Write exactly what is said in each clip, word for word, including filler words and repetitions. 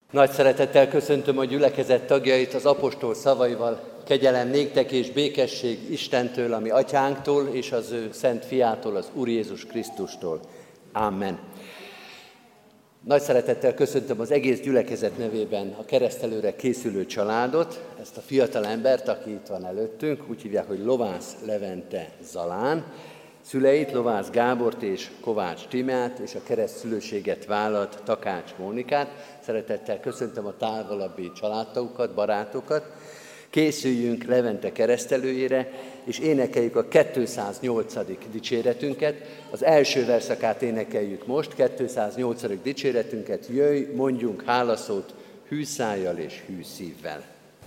Nagy szeretettel köszöntöm a gyülekezet tagjait az apostol szavaival. Kegyelem néktek és békesség Istentől, ami atyánktól, és az ő szent fiától, az Úr Jézus Krisztustól. Amen. Nagy szeretettel köszöntöm az egész gyülekezet nevében a keresztelőre készülő családot, ezt a fiatal embert, aki itt van előttünk, úgy hívják, hogy Lovász Levente Zalán, szüleit, Lovász Gábort és Kovács Tímeát, és a keresztszülőséget vállalt Takács Mónikát. Szeretettel köszöntöm a távolabbi családtagokat, barátokat. Készüljünk Levente keresztelőjére, és énekeljük a kétszáznyolcadik dicséretünket. Az első verszakát énekeljük most, kétszáznyolcadik dicséretünket. Jöjj, mondjunk hálaszót hű szájjal és hű szívvel.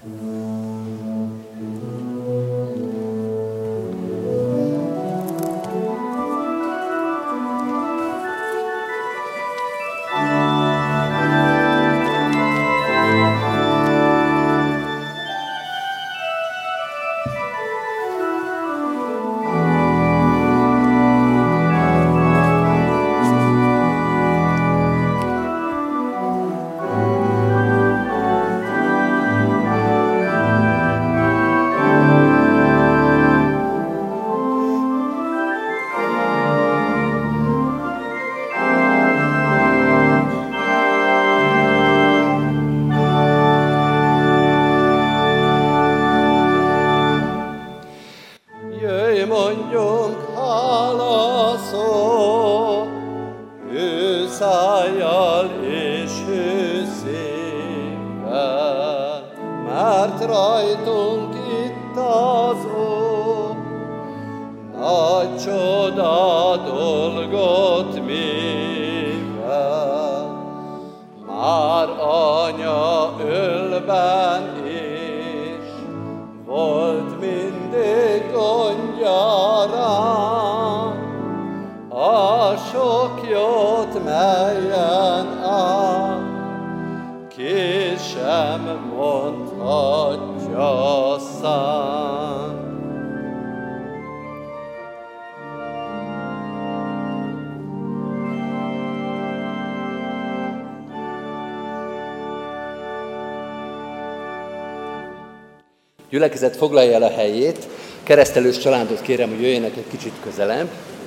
Gyülekezet foglalja el a helyét, keresztelős családot kérem, hogy jöjjenek egy kicsit közelebb.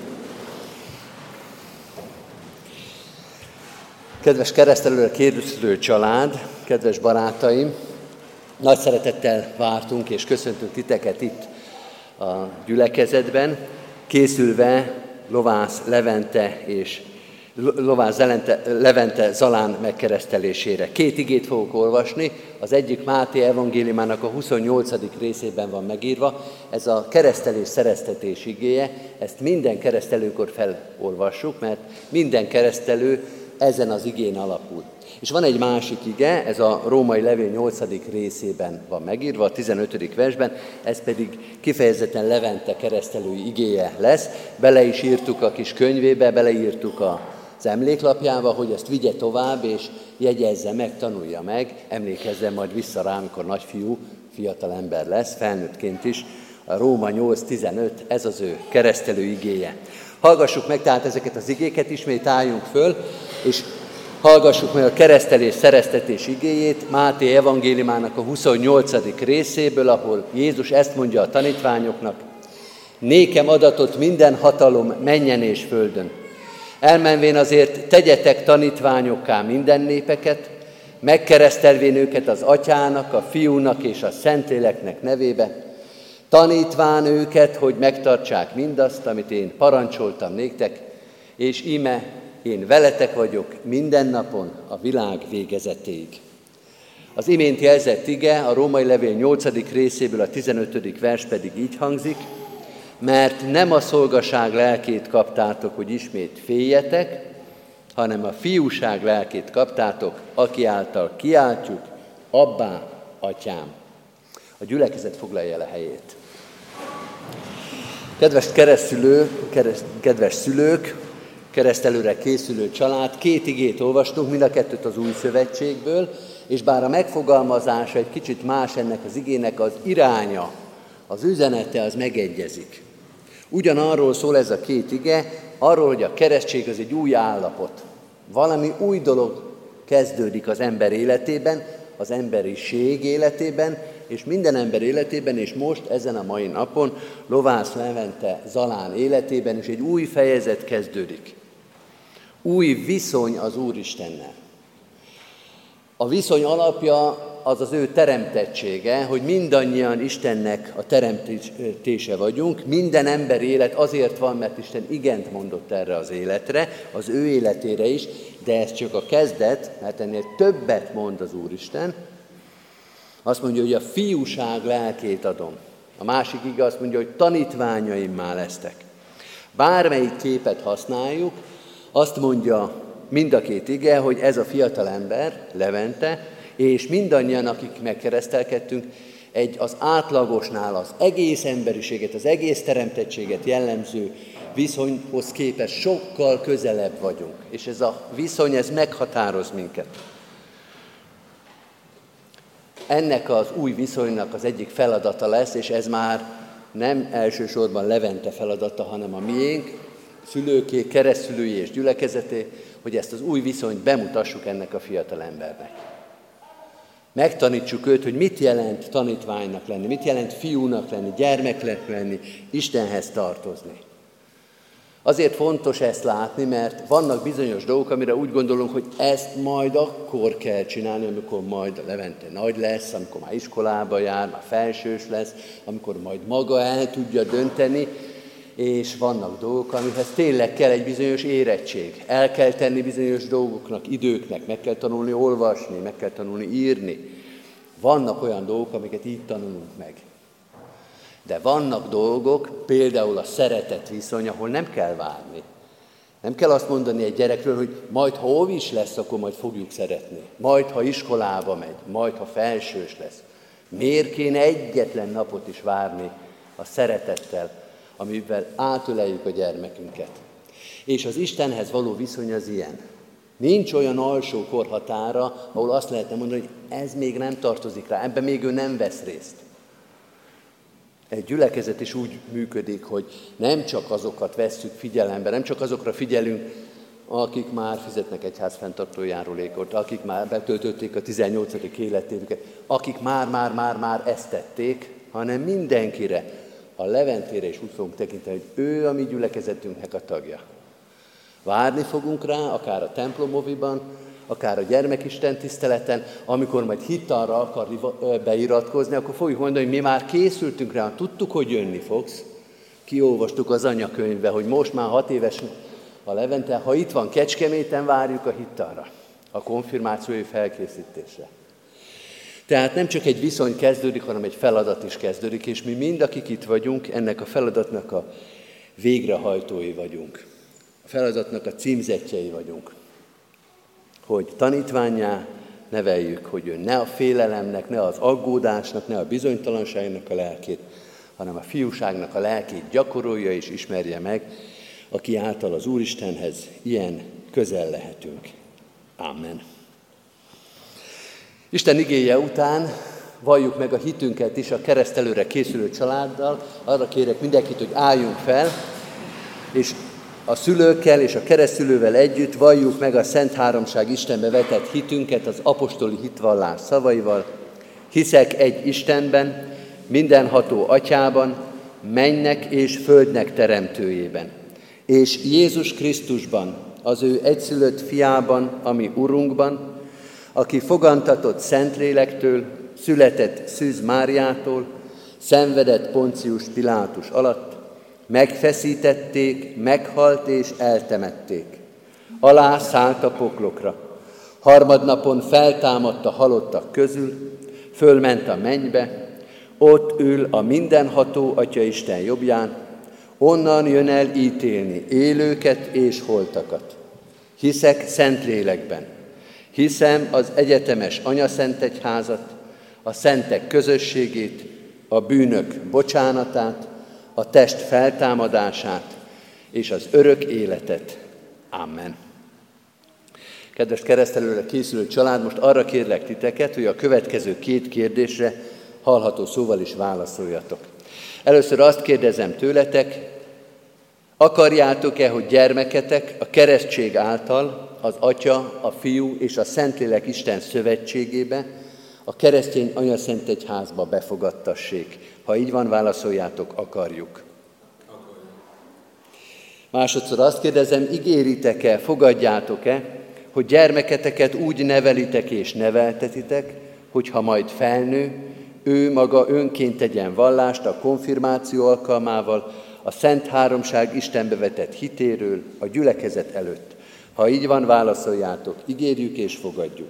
Kedves keresztelőre készülő család, kedves barátaim, nagy szeretettel vártunk és köszöntünk titeket itt a gyülekezetben, készülve Lovász Levente és Lovász Levente, Levente Zalán megkeresztelésére. Két igét fogok olvasni, az egyik Máté evangéliumának a huszonnyolcadik részében van megírva, ez a keresztelés szereztetés igéje, ezt minden keresztelőkor felolvassuk, mert minden keresztelő ezen az igén alapul. És van egy másik ige, ez a római levél nyolcadik részében van megírva, a tizenötödik versben, ez pedig kifejezetten Levente keresztelői igéje lesz. Bele is írtuk a kis könyvébe, beleírtuk a az emléklapjába, hogy ezt vigye tovább, és jegyezze meg, tanulja meg, emlékezzen majd vissza rá, amikor nagyfiú, fiatal ember lesz, felnőttként is. A Róma nyolc tizenöt, ez az ő keresztelő igéje. Hallgassuk meg tehát ezeket az igéket, ismét álljunk föl, és hallgassuk meg a keresztelés szereztetés igéjét Máté evangéliumának a huszonnyolcadik részéből, ahol Jézus ezt mondja a tanítványoknak: nékem adatott minden hatalom mennyen és földön. Elmenvén azért tegyetek tanítványokká minden népeket, megkeresztelvén őket az Atyának, a Fiúnak és a Szentléleknek nevébe, tanítván őket, hogy megtartsák mindazt, amit én parancsoltam néktek, és íme én veletek vagyok minden napon a világ végezetéig. Az imént jelzett ige, a római levél nyolcadik részéből a tizenötödik vers pedig így hangzik: mert nem a szolgaság lelkét kaptátok, hogy ismét féljetek, hanem a fiúság lelkét kaptátok, aki által kiáltjuk: Abbá, Atyám. A gyülekezet foglalja el a helyét. Kedves keresztülő, kereszt, kedves szülők, keresztelőre készülő család, két igét olvastunk, mind a kettőt az Új Szövetségből, és bár a megfogalmazása egy kicsit más ennek az igének, az iránya, az üzenete az megegyezik. Ugyanarról szól ez a két ige, arról, hogy a keresztség az egy új állapot. Valami új dolog kezdődik az ember életében, az emberiség életében, és minden ember életében, és most ezen a mai napon Lovász Levente Zalán életében is egy új fejezet kezdődik. Új viszony az Úristennel. A viszony alapja az az ő teremtettsége, hogy mindannyian Istennek a teremtése vagyunk. Minden ember élet azért van, mert Isten igent mondott erre az életre, az ő életére is, de ez csak a kezdet, mert ennél többet mond az Úristen. Azt mondja, hogy a fiúság lelkét adom. A másik ige azt mondja, hogy tanítványaimmá lesztek. Bármelyik képet használjuk, azt mondja mind a két ige, hogy ez a fiatal ember, Levente, és mindannyian, akik megkeresztelkedtünk, egy az átlagosnál az egész emberiséget, az egész teremtettséget jellemző viszonyhoz képest sokkal közelebb vagyunk. És ez a viszony, ez meghatároz minket. Ennek az új viszonynak az egyik feladata lesz, és ez már nem elsősorban Levente feladata, hanem a miénk, szülőké, keresztszülői és gyülekezeté, hogy ezt az új viszonyt bemutassuk ennek a fiatal embernek. Megtanítsuk őt, hogy mit jelent tanítványnak lenni, mit jelent fiúnak lenni, gyermeknek lenni, Istenhez tartozni. Azért fontos ezt látni, mert vannak bizonyos dolgok, amire úgy gondolunk, hogy ezt majd akkor kell csinálni, amikor majd a Levente nagy lesz, amikor már iskolába jár, már felsős lesz, amikor majd maga el tudja dönteni, és vannak dolgok, amihez tényleg kell egy bizonyos érettség. El kell tenni bizonyos dolgoknak, időknek, meg kell tanulni olvasni, meg kell tanulni írni. Vannak olyan dolgok, amiket így tanulunk meg. De vannak dolgok, például a szeretet viszony, ahol nem kell várni. Nem kell azt mondani egy gyerekről, hogy majd ha óvis lesz, akkor majd fogjuk szeretni. Majd ha iskolába megy, majd ha felsős lesz. Miért kéne egyetlen napot is várni a szeretettel, amivel átöleljük a gyermekünket. És az Istenhez való viszony az ilyen. Nincs olyan alsó korhatára, ahol azt lehetne mondani, hogy ez még nem tartozik rá, ebben még ő nem vesz részt. Egy gyülekezet is úgy működik, hogy nem csak azokat vesszük figyelembe, nem csak azokra figyelünk, akik már fizetnek egyházfenntartó járulékot, akik már betöltötték a tizennyolcadik életévüket, akik már-már-már-már ezt tették, hanem mindenkire, a Leventére is úgy fogunk tekinteni, hogy ő a mi gyülekezetünknek a tagja. Várni fogunk rá, akár a templomoviban, akár a gyermekisten tiszteleten, amikor majd hittalra akar beiratkozni, akkor fogjuk mondani, hogy mi már készültünk rá, tudtuk, hogy jönni fogsz. Kiolvastuk az anyakönyvbe, hogy most már hat éves a Levente, ha itt van Kecskeméten, várjuk a hittalra, a konfirmációi felkészítésre. Tehát nem csak egy viszony kezdődik, hanem egy feladat is kezdődik, és mi mind, akik itt vagyunk, ennek a feladatnak a végrehajtói vagyunk. A feladatnak a címzettjei vagyunk. Hogy tanítvánnyá neveljük, hogy ő ne a félelemnek, ne az aggódásnak, ne a bizonytalanságnak a lelkét, hanem a fiúságnak a lelkét gyakorolja és ismerje meg, aki által az Úristenhez ilyen közel lehetünk. Amen. Isten igéje után valljuk meg a hitünket is a keresztelőre készülő családdal. Arra kérek mindenkit, hogy álljunk fel, és a szülőkkel és a keresztülővel együtt valljuk meg a Szent Háromság Istenbe vetett hitünket az apostoli hitvallás szavaival. Hiszek egy Istenben, mindenható Atyában, mennek és földnek teremtőjében, és Jézus Krisztusban, az ő egyszülött fiában, ami Urunkban, aki fogantatott Szentlélektől, született Szűz Máriától, szenvedett Poncius Pilátus alatt, megfeszítették, meghalt és eltemették. Alá szállt a poklokra. Harmadnapon feltámadt a halottak közül, fölment a mennybe, ott ül a mindenható Atyaisten jobbján, onnan jön el ítélni élőket és holtakat. Hiszek Szentlélekben, hiszem az egyetemes anyaszentegyházat, a szentek közösségét, a bűnök bocsánatát, a test feltámadását és az örök életet. Amen. Kedves keresztelőre készülő család, most arra kérlek titeket, hogy a következő két kérdésre hallható szóval is válaszoljatok. Először azt kérdezem tőletek, Akarjátok-e, hogy gyermeketek a keresztség által az Atya, a Fiú és a Szentlélek Isten szövetségébe, a keresztény anyaszentegyházba befogadtassék? Ha így van, válaszoljátok, akarjuk. Másodszor azt kérdezem, ígéritek-e, fogadjátok-e, hogy gyermeketeket úgy nevelitek és neveltetitek, hogy ha majd felnő, ő maga önként tegyen vallást a konfirmáció alkalmával, a Szent Háromság Istenbe vetett hitéről a gyülekezet előtt. Ha így van, válaszoljátok, ígérjük és fogadjuk.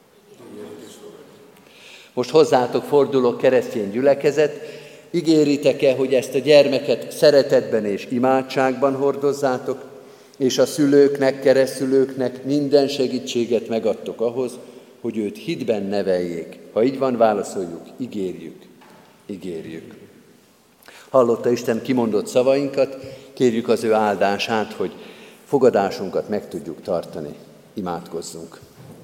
Most hozzátok fordulok, keresztény gyülekezet, ígéritek-e, hogy ezt a gyermeket szeretetben és imádságban hordozzátok, és a szülőknek, keresztülőknek minden segítséget megadtok ahhoz, hogy őt hitben neveljék. Ha így van, válaszoljuk, ígérjük, ígérjük. Hallotta Isten kimondott szavainkat, kérjük az ő áldását, hogy fogadásunkat meg tudjuk tartani. Imádkozzunk.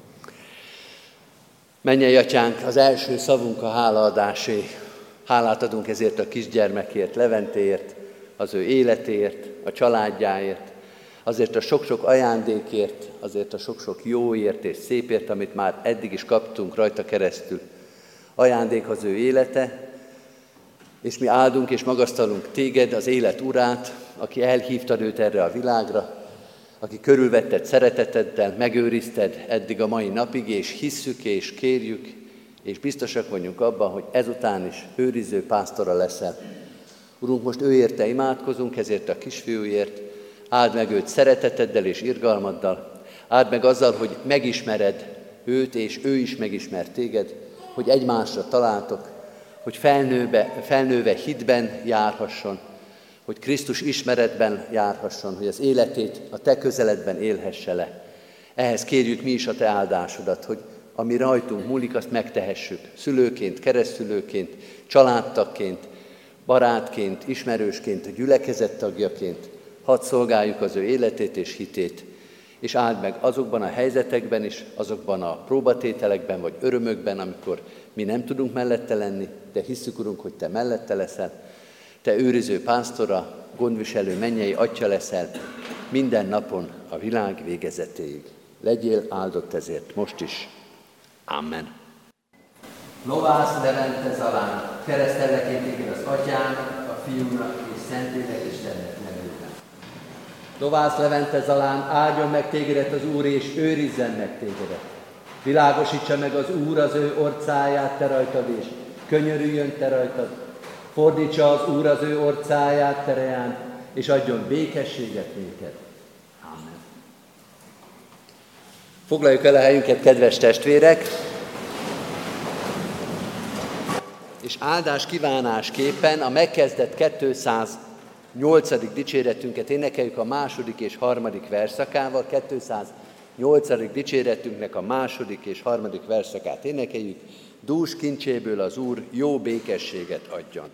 Mennyei Atyánk, az első szavunk a hálaadásé. Hálát adunk ezért a kisgyermekért, Leventéért, az ő életéért, a családjáért, azért a sok-sok ajándékért, azért a sok-sok jóért és szépért, amit már eddig is kaptunk rajta keresztül. Ajándék az ő élete, és mi áldunk és magasztalunk téged, az élet urát, aki elhívtad őt erre a világra, aki körülvetted szereteteddel, megőrizted eddig a mai napig, és hisszük és kérjük, és biztosak vagyunk abban, hogy ezután is őriző pásztora leszel. Urunk, most ő érte imádkozunk, ezért a kisfiúért, áld meg őt szereteteddel és irgalmaddal, áld meg azzal, hogy megismered őt, és ő is megismer téged, hogy egymásra találtok, hogy felnőve, felnőve hitben járhasson, hogy Krisztus ismeretben járhasson, hogy az életét a te közeledben élhesse le. Ehhez kérjük mi is a te áldásodat, hogy ami rajtunk múlik, azt megtehessük. Szülőként, keresztülőként, családtagként, barátként, ismerősként, gyülekezet tagjaként. Hadd szolgáljuk az ő életét és hitét, és áld meg azokban a helyzetekben is, azokban a próbatételekben vagy örömökben, amikor mi nem tudunk mellette lenni, de hisszük, Urunk, hogy te mellette leszel. Te őriző pásztora, gondviselő mennyei Atya leszel minden napon a világ végezetéig. Legyél áldott ezért most is. Amen. Lovász Levente Zalán, keresztellek én téged az Atyának, a Fiúnak és Szentlélek Istennek nevében. Lovász Levente Zalán, áldjon meg tégedet az Úr, és őrizzen meg tégedet. Világosítsa meg az Úr az ő orcáját te rajtad, és könyörüljön te rajtad. Fordítsa az Úr az ő orcáját te reád, és adjon békességet néked. Amen. Foglaljuk el a helyünket, kedves testvérek, és áldás kívánásképpen a megkezdett kétszáznyolcadik dicséretünket énekeljük a második és harmadik verszakával. kétszáznyolcadik dicséretünknek a második és harmadik verszakát énekeljük. Dús kincséből az Úr jó békességet adjon.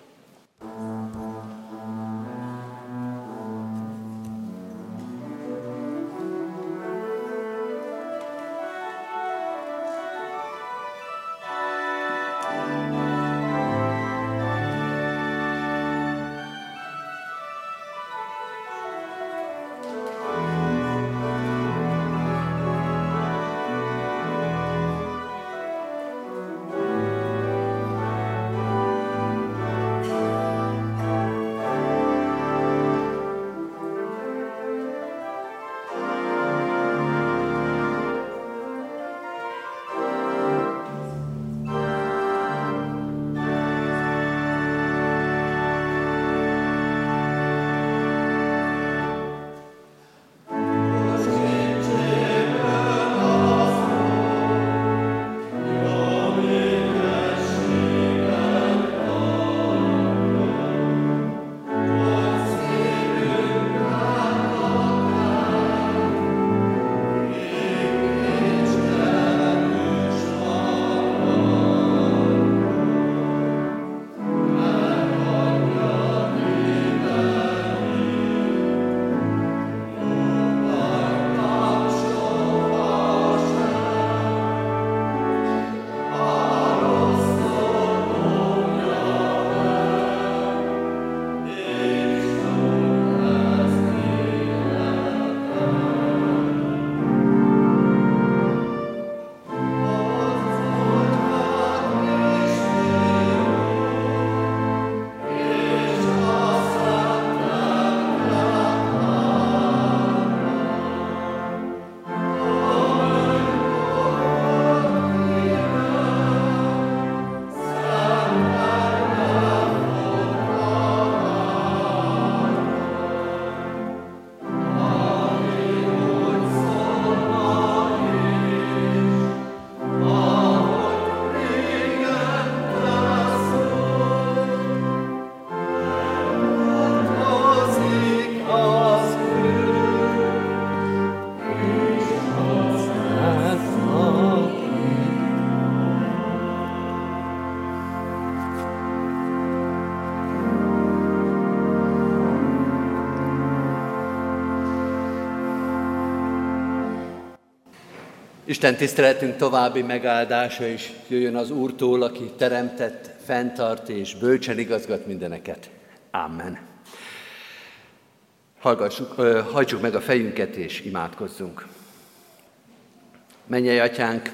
Isten tiszteletünk további megáldása is jöjjön az Úrtól, aki teremtett, fenntart és bölcsen igazgat mindeneket. Amen. Hallgassuk, hajtsuk meg a fejünket és imádkozzunk. Mennyei Atyánk,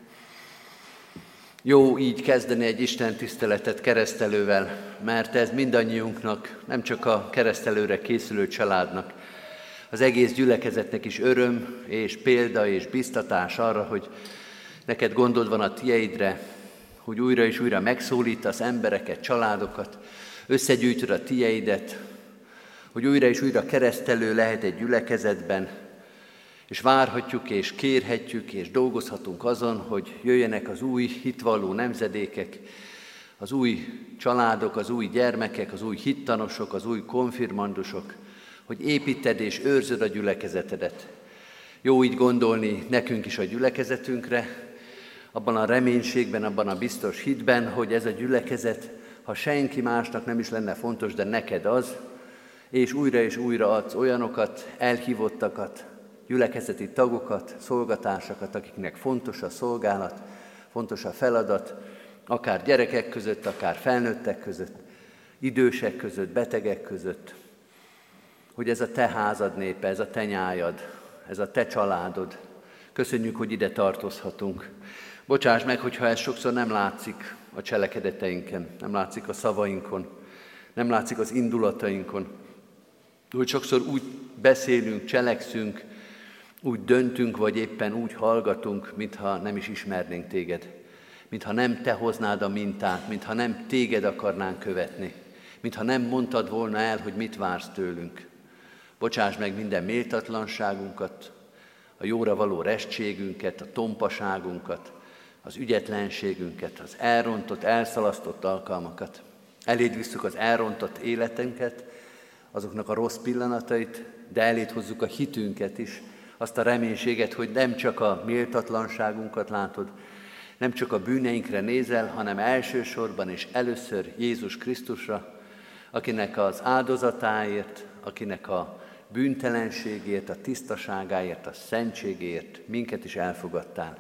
jó így kezdeni egy Isten tiszteletet keresztelővel, mert ez mindannyiunknak, nem csak a keresztelőre készülő családnak, az egész gyülekezetnek is öröm és példa és biztatás arra, hogy neked gondod van a tieidre, hogy újra és újra megszólítasz embereket, családokat, összegyűjtöd a tieidet, hogy újra és újra keresztelő lehet egy gyülekezetben, és várhatjuk és kérhetjük és dolgozhatunk azon, hogy jöjjenek az új hitvalló nemzedékek, az új családok, az új gyermekek, az új hittanosok, az új konfirmandusok, hogy építed és őrzöd a gyülekezetedet. Jó így gondolni nekünk is a gyülekezetünkre, abban a reménységben, abban a biztos hitben, hogy ez a gyülekezet, ha senki másnak nem is lenne fontos, de neked az, és újra és újra adsz olyanokat, elhívottakat, gyülekezeti tagokat, szolgatársakat, akiknek fontos a szolgálat, fontos a feladat, akár gyerekek között, akár felnőttek között, idősek között, betegek között, hogy ez a te házad népe, ez a te nyájad, ez a te családod. Köszönjük, hogy ide tartozhatunk. Bocsáss meg, hogyha ez sokszor nem látszik a cselekedeteinken, nem látszik a szavainkon, nem látszik az indulatainkon. Hogy sokszor úgy beszélünk, cselekszünk, úgy döntünk, vagy éppen úgy hallgatunk, mintha nem is ismernénk téged. Mintha nem te hoznád a mintát, mintha nem téged akarnánk követni. Mintha nem mondtad volna el, hogy mit vársz tőlünk. Bocsáss meg minden méltatlanságunkat, a jóra való restségünket, a tompaságunkat, az ügyetlenségünket, az elrontott, elszalasztott alkalmakat. Eléd visszük az elrontott életünket, azoknak a rossz pillanatait, de eléd hozzuk a hitünket is, azt a reménységet, hogy nem csak a méltatlanságunkat látod, nem csak a bűneinkre nézel, hanem elsősorban és először Jézus Krisztusra, akinek az áldozatáért, akinek a bűntelenségért, a tisztaságáért, a szentségért minket is elfogadtál.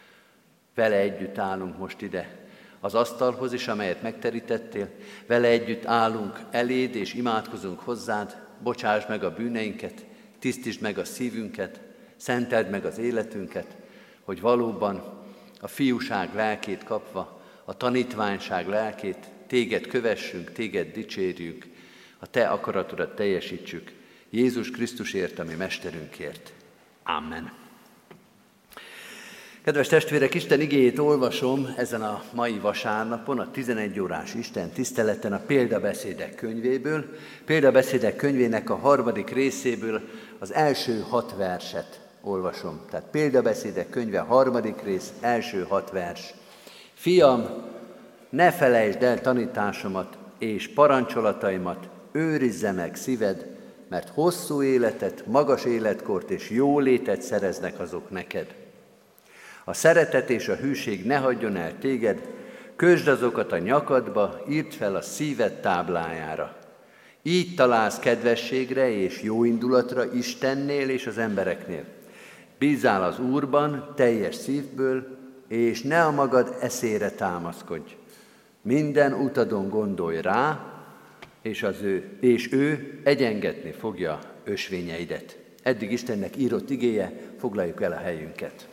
Vele együtt állunk most ide az asztalhoz is, amelyet megterítettél, vele együtt állunk eléd és imádkozunk hozzád, bocsáss meg a bűneinket, tisztítsd meg a szívünket, szenteld meg az életünket, hogy valóban a fiúság lelkét kapva, a tanítványság lelkét, téged kövessünk, téged dicsérjük, a te akaratodat teljesítsük, Jézus Krisztusért, ami mesterünkért. Amen. Kedves testvérek, Isten igéjét olvasom ezen a mai vasárnapon, a tizenegy órás Isten tiszteleten a Példabeszédek könyvéből. Példabeszédek könyvének a harmadik részéből az első hat verset olvasom. Tehát Példabeszédek könyve, harmadik rész, első hat vers. Fiam, ne felejtsd el tanításomat és parancsolataimat, őrizze meg szíved, mert hosszú életet, magas életkort és jó létet szereznek azok neked. A szeretet és a hűség ne hagyjon el téged, kösd azokat a nyakadba, írd fel a szíved táblájára. Így találsz kedvességre és jóindulatra Istennél és az embereknél. Bízzál az Úrban teljes szívből, és ne a magad eszére támaszkodj. Minden utadon gondolj rá, és, az ő, és ő egyengetni fogja ösvényeidet. Eddig Istennek írott igéje, foglaljuk el a helyünket.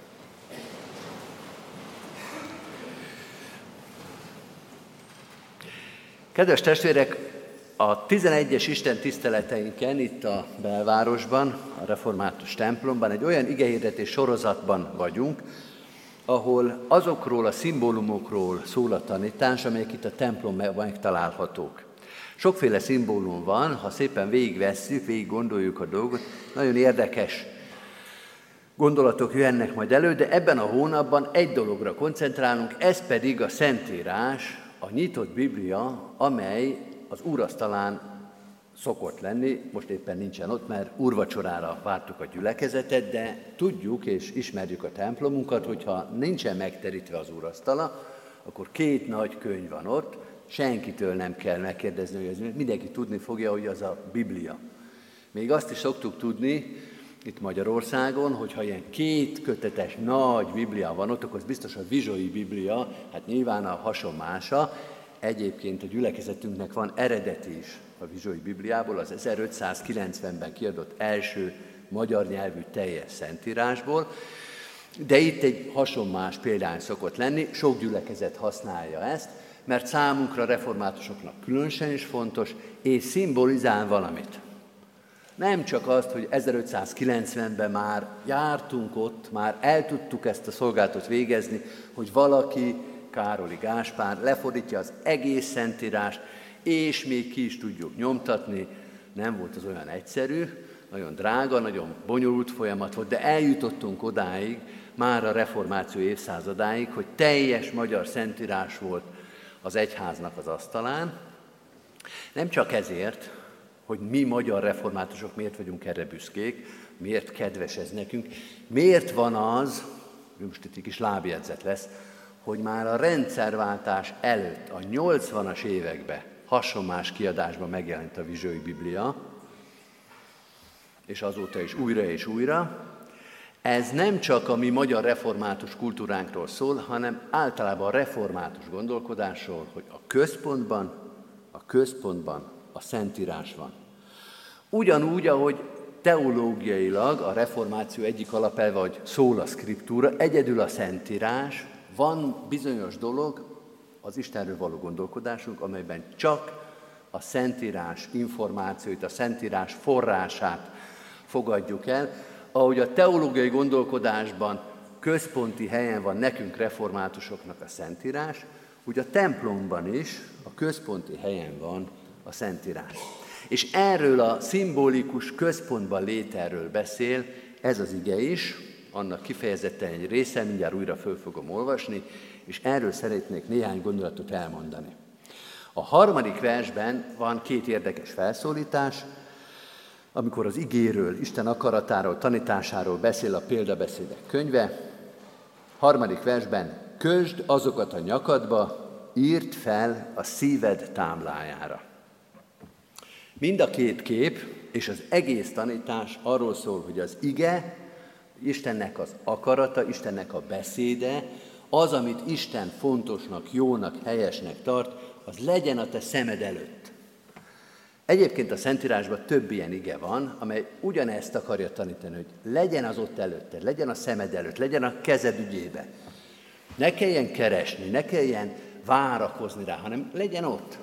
Kedves testvérek, a tizenegyes Isten tiszteleteinken itt a belvárosban, a református templomban egy olyan igehirdetés sorozatban vagyunk, ahol azokról a szimbólumokról szól a tanítás, amelyek itt a templomban megtalálhatók. Sokféle szimbólum van, ha szépen végigvesszük, végig gondoljuk a dolgot, nagyon érdekes gondolatok jönnek majd elő, de ebben a hónapban egy dologra koncentrálunk, ez pedig a Szentírás, a nyitott Biblia, amely az úrasztalán szokott lenni, most éppen nincsen ott, mert úrvacsorára vártuk a gyülekezetet, de tudjuk és ismerjük a templomunkat, hogyha nincsen megterítve az úrasztala, akkor két nagy könyv van ott, senkitől nem kell megkérdezni, hogy ez mindenki tudni fogja, hogy az a Biblia. Még azt is szoktuk tudni, itt Magyarországon, hogyha ilyen két kötetes nagy biblia van ott, akkor az biztos a Vizsói Biblia, hát nyilván a hasonmása. Egyébként a gyülekezetünknek van eredeti is a Vizsói Bibliából, az ezerötszázkilencvenben kiadott első magyar nyelvű teljes szentírásból, de itt egy hasonmás példány szokott lenni, sok gyülekezet használja ezt, mert számunkra reformátusoknak különösen is fontos, és szimbolizál valamit. Nem csak azt, hogy ezerötszázkilencvenben már jártunk ott, már el tudtuk ezt a szolgálatot végezni, hogy valaki, Károli Gáspár lefordítja az egész Szentírást, és még ki is tudjuk nyomtatni. Nem volt az olyan egyszerű, nagyon drága, nagyon bonyolult folyamat volt, de eljutottunk odáig, már a reformáció évszázadáig, hogy teljes magyar szentírás volt az egyháznak az asztalán. Nem csak ezért, hogy mi magyar reformátusok miért vagyunk erre büszkék, miért kedves ez nekünk, miért van az, most itt egy kis lábjegyzet lesz, hogy már a rendszerváltás előtt, a nyolcvanas években hasonmás kiadásban megjelent a Vizsói Biblia, és azóta is újra és újra. Ez nem csak a mi magyar református kultúránkról szól, hanem általában a református gondolkodásról, hogy a központban, a központban a Szentírás van. Ugyanúgy, ahogy teológiailag a reformáció egyik alapelve, hogy szóla szkriptúra, egyedül a Szentírás, van bizonyos dolog, az Istenről való gondolkodásunk, amelyben csak a Szentírás információit, a Szentírás forrását fogadjuk el, ahogy a teológiai gondolkodásban központi helyen van nekünk reformátusoknak a Szentírás, úgy a templomban is a központi helyen van a Szentírás. És erről a szimbolikus központban léterről beszél ez az ige is, annak kifejezetten egy része, mindjárt újra föl fogom olvasni, és erről szeretnék néhány gondolatot elmondani. A harmadik versben van két érdekes felszólítás, amikor az igéről, Isten akaratáról, tanításáról beszél a példabeszédek könyve. Harmadik versben: kösd azokat a nyakadba, írd fel a szíved támlájára. Mind a két kép és az egész tanítás arról szól, hogy az ige, Istennek az akarata, Istennek a beszéde, az, amit Isten fontosnak, jónak, helyesnek tart, az legyen a te szemed előtt. Egyébként a Szentírásban több ilyen ige van, amely ugyanezt akarja tanítani, hogy legyen az ott előtted, legyen a szemed előtt, legyen a kezed ügyébe. Ne kelljen keresni, ne kelljen várakozni rá, hanem legyen ott.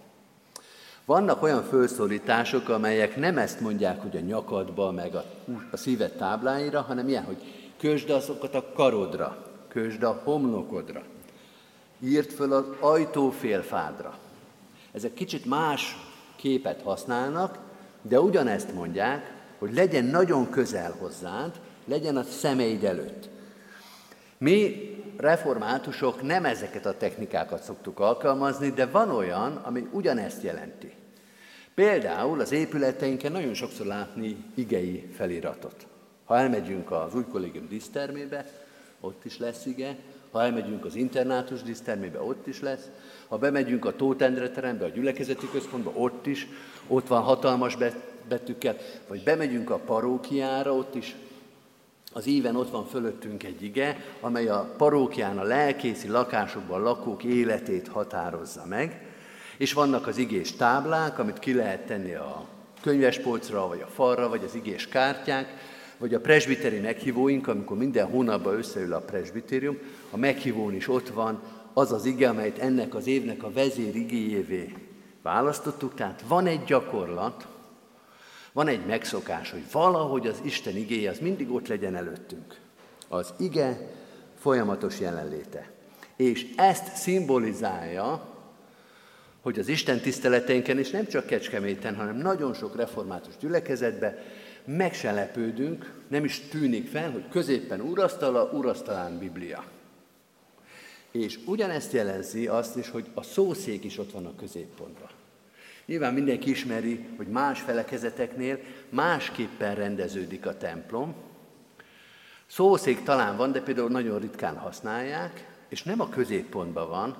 Vannak olyan felszólítások, amelyek nem ezt mondják, hogy a nyakadba, meg a, a szíved tábláira, hanem ilyen, hogy kösd azokat a karodra, kösd a homlokodra, írd föl az ajtófélfádra. Ezek kicsit más képet használnak, de ugyanezt mondják, hogy legyen nagyon közel hozzád, legyen a szemeid előtt. Mi reformátusok nem ezeket a technikákat szoktuk alkalmazni, de van olyan, ami ugyanezt jelenti. Például az épületeinken nagyon sokszor látni igei feliratot. Ha elmegyünk az új kollégium dísztermébe, ott is lesz ige, ha elmegyünk az internátus dísztermébe, ott is lesz, ha bemegyünk a Tóth Endre terembe, a gyülekezeti központba, ott is, ott van hatalmas betűkkel, vagy bemegyünk a parókiára, ott is az íven ott van fölöttünk egy ige, amely a parókián, a lelkészi lakásokban lakók életét határozza meg, és vannak az igés táblák, amit ki lehet tenni a könyvespolcra, vagy a falra, vagy az igés kártyák, vagy a presbiteri meghívóink, amikor minden hónapban összeül a presbitérium, a meghívón is ott van az az ige, amelyet ennek az évnek a vezér igéjévé választottuk. Tehát van egy gyakorlat, van egy megszokás, hogy valahogy az Isten igéje az mindig ott legyen előttünk. Az ige folyamatos jelenléte. És ezt szimbolizálja, hogy az Isten tiszteleteinken, és nem csak Kecskeméten, hanem nagyon sok református gyülekezetben meg se lepődünk, nem is tűnik fel, hogy középen úrasztala, úrasztalán Biblia. És ugyanezt jelzi azt is, hogy a szószék is ott van a középpontban. Nyilván mindenki ismeri, hogy más felekezeteknél másképpen rendeződik a templom. Szószék talán van, de például nagyon ritkán használják, és nem a középpontban van,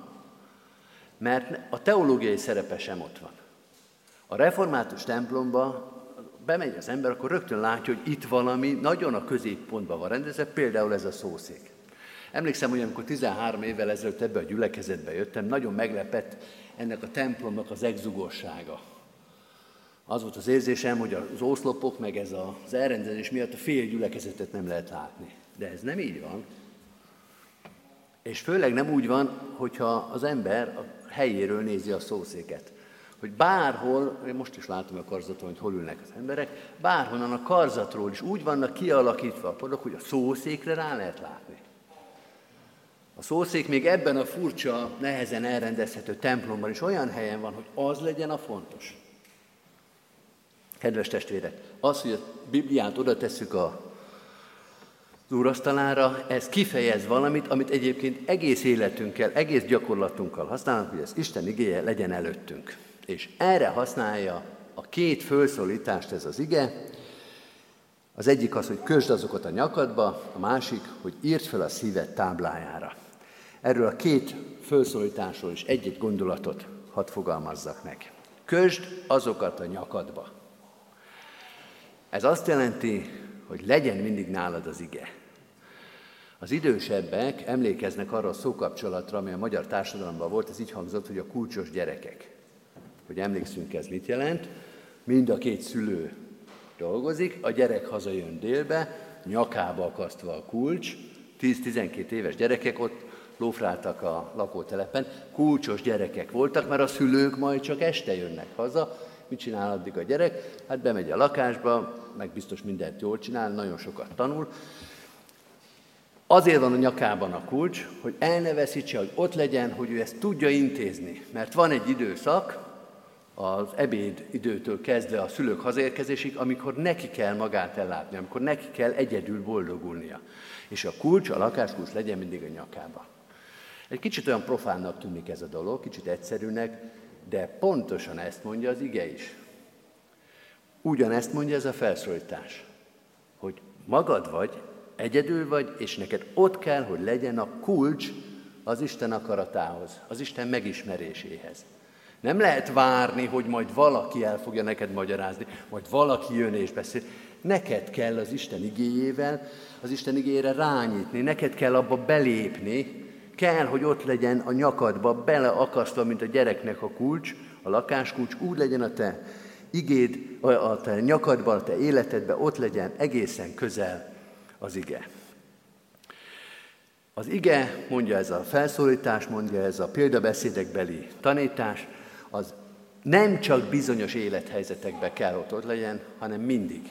mert a teológiai szerepe sem ott van. A református templomban bemegy az ember, akkor rögtön látja, hogy itt valami nagyon a középpontban van rendezve, például ez a szószék. Emlékszem, hogy amikor tizenhárom évvel ezelőtt ebbe a gyülekezetbe jöttem, nagyon meglepett ennek a templomnak az egzugorsága. Az volt az érzésem, hogy az oszlopok, meg ez az elrendezés miatt a fél gyülekezetet nem lehet látni. De ez nem így van. És főleg nem úgy van, hogyha az ember a helyéről nézi a szószéket. Hogy bárhol, én most is látom a karzaton, hogy hol ülnek az emberek, bárhonnan a karzatról is úgy vannak kialakítva a padok, hogy a szószékre rá lehet látni. A szószék még ebben a furcsa, nehezen elrendezhető templomban is olyan helyen van, hogy az legyen a fontos. Kedves testvérek, az, hogy a Bibliát oda tesszük a az úrasztalára, ez kifejez valamit, amit egyébként egész életünkkel, egész gyakorlatunkkal használunk, hogy az Isten igéje legyen előttünk. És erre használja a két fölszólítást ez az ige. Az egyik az, hogy kösd azokat a nyakadba, a másik, hogy írd fel a szíved táblájára. Erről a két fölszólításról is egy-egy gondolatot hadd fogalmazzak meg. Kösd azokat a nyakadba. Ez azt jelenti, hogy legyen mindig nálad az ige. Az idősebbek emlékeznek arra a szókapcsolatra, ami a magyar társadalomban volt, ez így hangzott, hogy a kulcsos gyerekek. Hogy emlékszünk, ez mit jelent? Mind a két szülő dolgozik, a gyerek hazajön délbe, nyakába akasztva a kulcs, tíz-tizenkét éves gyerekek ott lófráltak a lakótelepen, kulcsos gyerekek voltak, mert a szülők majd csak este jönnek haza. Mit csinál addig a gyerek? Hát bemegy a lakásba, meg biztos mindent jól csinál, nagyon sokat tanul. Azért van a nyakában a kulcs, hogy el ne veszítse, hogy ott legyen, hogy ő ezt tudja intézni. Mert van egy időszak, az ebéd időtől kezdve a szülők hazaérkezésig, amikor neki kell magát ellátni, amikor neki kell egyedül boldogulnia. És a kulcs, a lakáskulcs legyen mindig a nyakába. Egy kicsit olyan profánnak tűnik ez a dolog, kicsit egyszerűnek, de pontosan ezt mondja az ige is. Ugyanezt mondja ez a felszólítás, hogy magad vagy, egyedül vagy, és neked ott kell, hogy legyen a kulcs az Isten akaratához, az Isten megismeréséhez. Nem lehet várni, hogy majd valaki el fogja neked magyarázni, majd valaki jön és beszél. Neked kell az Isten igéjével, az Isten igéjére rányítni, neked kell abba belépni, kell, hogy ott legyen a nyakadba, beleakasztva, mint a gyereknek a kulcs, a lakáskulcs, úgy legyen a te igéd, a te nyakadban, a te életedben, ott legyen egészen közel az ige. Az ige, mondja ez a felszólítás, mondja ez a példabeszédekbeli tanítás, az nem csak bizonyos élethelyzetekben kell ott, ott legyen, hanem mindig.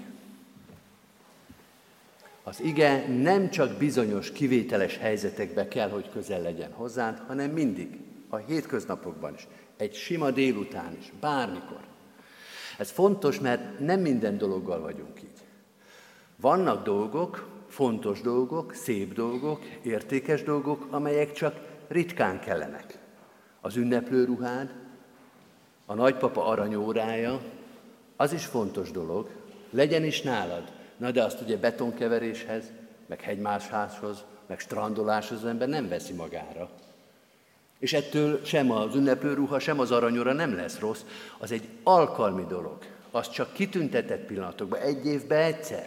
Az ige nem csak bizonyos kivételes helyzetekben kell, hogy közel legyen hozzád, hanem mindig, a hétköznapokban is, egy sima délután is, bármikor. Ez fontos, mert nem minden dologgal vagyunk így. Vannak dolgok, fontos dolgok, szép dolgok, értékes dolgok, amelyek csak ritkán kellenek. Az ünneplőruhád, a nagypapa aranyórája, az is fontos dolog, legyen is nálad. Na de azt ugye betonkeveréshez, meg hegymászáshoz, meg strandoláshoz az ember nem veszi magára. És ettől sem az ünneplőruha, sem az aranyóra nem lesz rossz, az egy alkalmi dolog. Az csak kitüntetett pillanatokban, egy évben egyszer.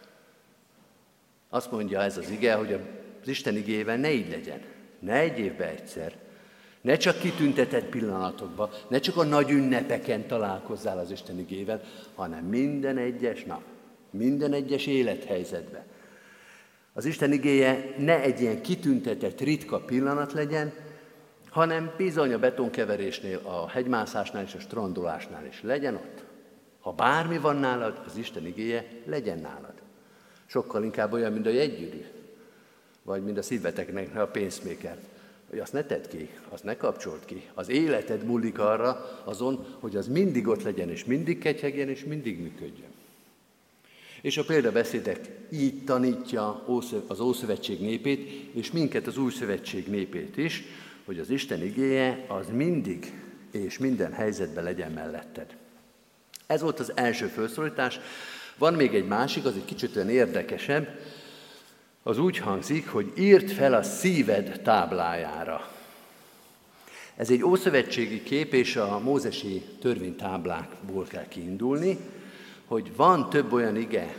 Azt mondja ez az ige, hogy az Isten igével ne így legyen. Ne egy évben egyszer. Ne csak kitüntetett pillanatokban, ne csak a nagy ünnepeken találkozzál az Isten igével, hanem minden egyes nap, minden egyes élethelyzetben. Az Isten igéje ne egy ilyen kitüntetett, ritka pillanat legyen, hanem bizony a betonkeverésnél, a hegymászásnál és a strandolásnál is legyen ott. Ha bármi van nálad, az Isten igéje legyen nálad. Sokkal inkább olyan, mint a jegygyűrű, vagy mint a szíveteknek a pénzméker. Hogy azt ne tedd ki, azt ne kapcsold ki. Az életed múlik arra azon, hogy az mindig ott legyen, és mindig ketyegjen, és mindig működjön. És a példabeszédek így tanítja az Ószövetség népét, és minket az Új Szövetség népét is, hogy az Isten igéje az mindig és minden helyzetben legyen melletted. Ez volt az első felszólítás. Van még egy másik, az egy kicsit olyan érdekesebb. Az úgy hangzik, hogy írd fel a szíved táblájára. Ez egy ószövetségi kép, és a mózesi törvénytáblákból kell kiindulni. hogy van több olyan ige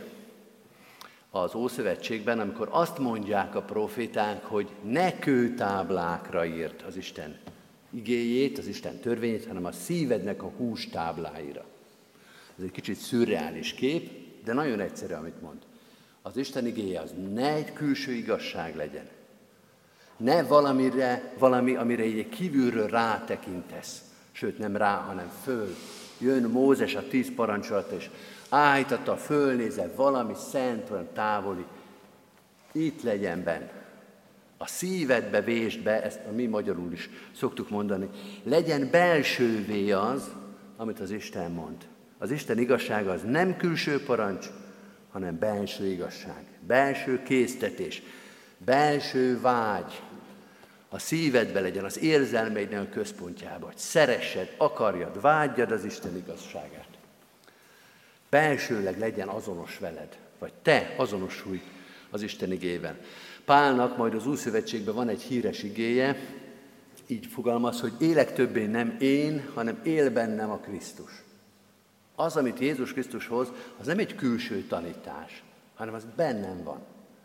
az Ószövetségben, amikor azt mondják a proféták, hogy ne kőtáblákra írt az Isten igéjét, az Isten törvényét, hanem a szívednek a hústábláira. Ez egy kicsit szürreális kép, de nagyon egyszerű, amit mond. Az Isten igéje az ne egy külső igazság legyen. Ne valamire, valami, amire egy kívülről rátekintesz. Sőt, nem rá, hanem föl. Jön Mózes a tíz parancsolat, és áhítatta, fölnézel, valami szent, olyan távoli. Itt legyen benn. A szívedbe vésd be, ezt a mi magyarul is szoktuk mondani. Legyen belsővé az, amit az Isten mond. Az Isten igazsága az nem külső parancs, hanem belső igazság. Belső késztetés. Belső vágy. A szívedbe legyen, az érzelmeidnek a központjába, hogy szeressed, akarjad, vágyjad az Isten igazságát. Belsőleg legyen azonos veled, vagy te azonosulj az Isten igével. Pálnak majd az Új Szövetségben van egy híres igéje, így fogalmaz, hogy élek többé nem én, hanem él bennem a Krisztus. Az, amit Jézus Krisztus hoz, az nem egy külső tanítás, hanem az bennem van.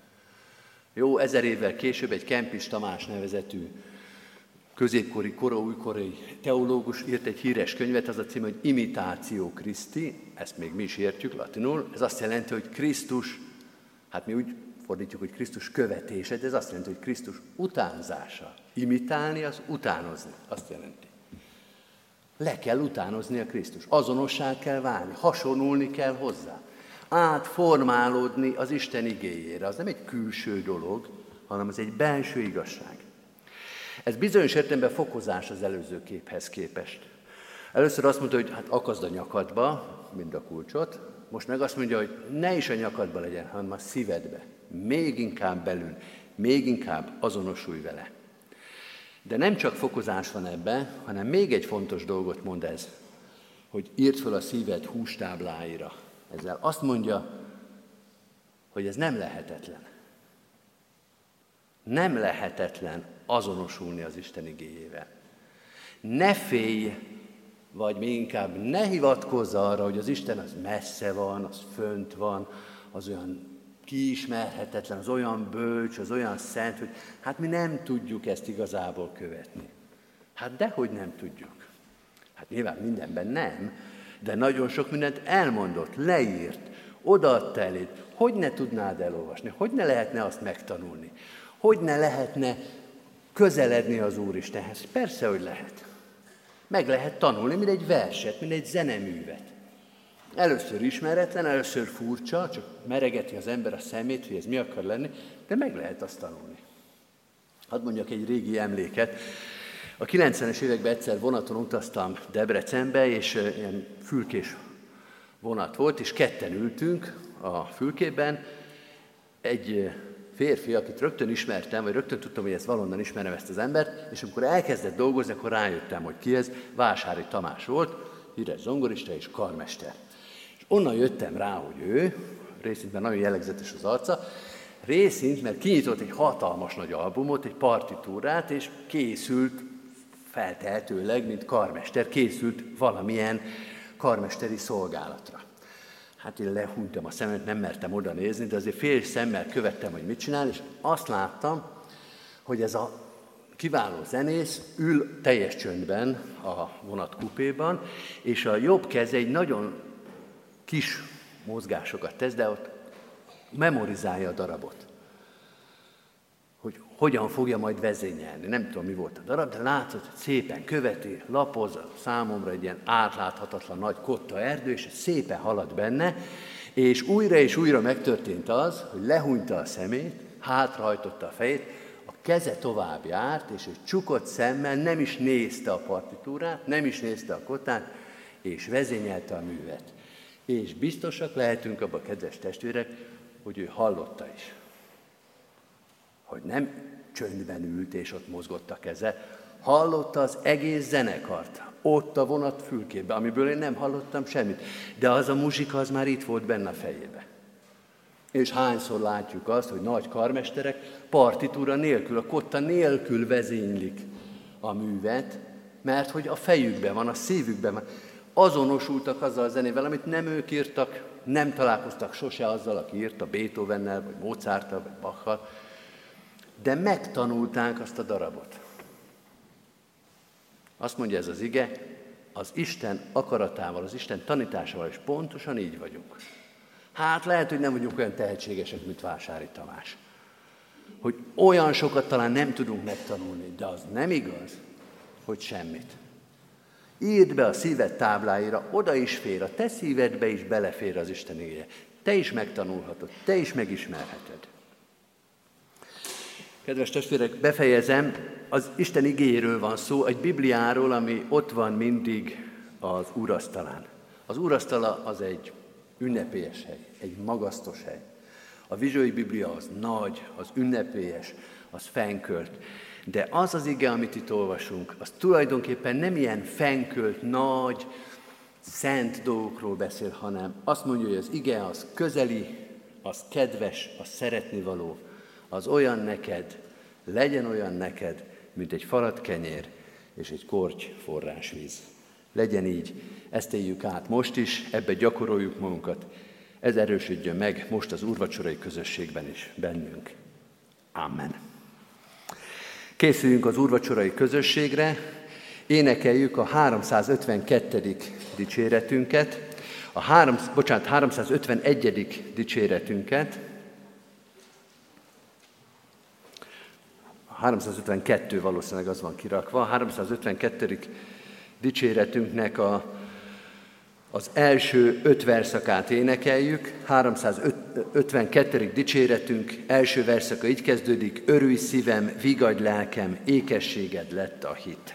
Jó, ezer évvel később egy Kempis Tamás nevezetű középkori, kora-újkori teológus írt egy híres könyvet, az a cím, hogy Imitáció Christi, ezt még mi is értjük latinul, ez azt jelenti, hogy Krisztus, hát mi úgy fordítjuk, hogy Krisztus követése, de ez azt jelenti, hogy Krisztus utánzása. Imitálni az utánozni, azt jelenti. Le kell utánozni a Krisztus, azonossá kell válni, hasonulni kell hozzá. Átformálódni az Isten igéjére. Az nem egy külső dolog, hanem ez egy belső igazság. Ez bizonyos értelemben fokozás az előző képhez képest. Először azt mondta, hogy hát akaszd a nyakadba, mind a kulcsot, most meg azt mondja, hogy ne is a nyakadba legyen, hanem a szívedbe. Még inkább belül, még inkább azonosulj vele. De nem csak fokozás van ebben, hanem még egy fontos dolgot mond ez, hogy írd fel a szíved hústábláira. Ezzel azt mondja, hogy ez nem lehetetlen. Nem lehetetlen azonosulni az Isten igéjével. Ne félj, vagy még inkább ne hivatkozz arra, hogy az Isten az messze van, az fönt van, az olyan kiismerhetetlen, az olyan bölcs, az olyan szent, hogy hát mi nem tudjuk ezt igazából követni. Hát dehogy nem tudjuk. Hát nyilván mindenben nem, de nagyon sok mindent elmondott, leírt, odaadta eléd. Hogy ne tudnád elolvasni? Hogy ne lehetne azt megtanulni? Hogy ne lehetne közeledni az Úristenhez? Persze, hogy lehet. Meg lehet tanulni, mint egy verset, mint egy zeneművet. Először ismeretlen, először furcsa, csak meregeti az ember a szemét, hogy ez mi akar lenni, de meg lehet azt tanulni. Hadd mondjak egy régi emléket. A kilencvenes években egyszer vonaton utaztam Debrecenbe, és ilyen fülkés vonat volt, és ketten ültünk a fülkében. Egy férfi, akit rögtön ismertem, vagy rögtön tudtam, hogy ezt valonnan ismerem ezt az embert, és amikor elkezdett dolgozni, akkor rájöttem, hogy ki ez. Vásári Tamás volt, híres zongorista és karmester. És onnan jöttem rá, hogy ő, részint mert nagyon jellegzetes az arca, részint, mert kinyitott egy hatalmas nagy albumot, egy partitúrát, és készült feltehetőleg, mint karmester, készült valamilyen karmesteri szolgálatra. Hát én lehúnytam a szemet, nem mertem oda nézni, de azért fél szemmel követtem, hogy mit csinál, és azt láttam, hogy ez a kiváló zenész ül teljes csöndben a vonat kupéban, és a jobb keze egy nagyon kis mozgásokat tesz, de ott memorizálja a darabot. Hogy hogyan fogja majd vezényelni. Nem tudom, mi volt a darab, de látszott, hogy szépen követi, lapoz, számomra egy ilyen átláthatatlan nagy kotta erdő, és szépen halad benne, és újra és újra megtörtént az, hogy lehúnyta a szemét, hátrahajtotta a fejét, a keze tovább járt, és egy csukott szemmel nem is nézte a partitúrát, nem is nézte a kottát, és vezényelte a művet. És biztosak lehetünk abban, kedves testvérek, hogy ő hallotta is. Hogy nem csöndben ült, és ott mozgott a keze, hallotta az egész zenekart, ott a vonat fülkében, amiből én nem hallottam semmit, de az a muzsika az már itt volt benne a fejébe. És hányszor látjuk azt, hogy nagy karmesterek partitúra nélkül, a kotta nélkül vezénylik a művet, mert hogy a fejükben van, a szívükben van. azonosultak azzal a zenével, amit nem ők írtak, nem találkoztak sose azzal, aki írta, Beethovennel, vagy Mozarttal, vagy Bachal, de megtanulták azt a darabot. Azt mondja ez az ige, az Isten akaratával, az Isten tanításával is pontosan így vagyunk. Hát lehet, hogy nem vagyunk olyan tehetségesek, mint Vásári Tamás. Hogy olyan sokat talán nem tudunk megtanulni, de az nem igaz, hogy semmit. Írd be a szíved tábláira, oda is fér, a te szívedbe is belefér az Isten igéje. Te is megtanulhatod, te is megismerheted. Kedves testvérek, befejezem, az Isten igéjéről van szó, egy Bibliáról, ami ott van mindig az úrasztalán. Az úrasztala az egy ünnepélyes hely, egy magasztos hely. A Vizsói Biblia az nagy, az ünnepélyes, az fenkölt. De az az ige, amit itt olvasunk, az tulajdonképpen nem ilyen fenkölt, nagy, szent dolgokról beszél, hanem azt mondja, hogy az ige az közeli, az kedves, az szeretnivaló, az olyan neked, legyen olyan neked, mint egy falat kenyér és egy korty forrásvíz. Legyen így, ezt éljük át most is, ebbe gyakoroljuk magunkat, ez erősödjön meg most az úrvacsorai közösségben is bennünk. Amen. Készüljünk az úrvacsorai közösségre, énekeljük a háromszázötvenkettedik dicséretünket, a három, bocsánat, háromszázötvenegyedik dicséretünket, a háromszázötvenkettő valószínűleg az van kirakva, a háromszázötvenkettedik dicséretünknek a, az első öt verszakát énekeljük. háromszázötvenkettedik dicséretünk első verszaka így kezdődik: örülj szívem, vigadj lelkem, ékességed lett a hit.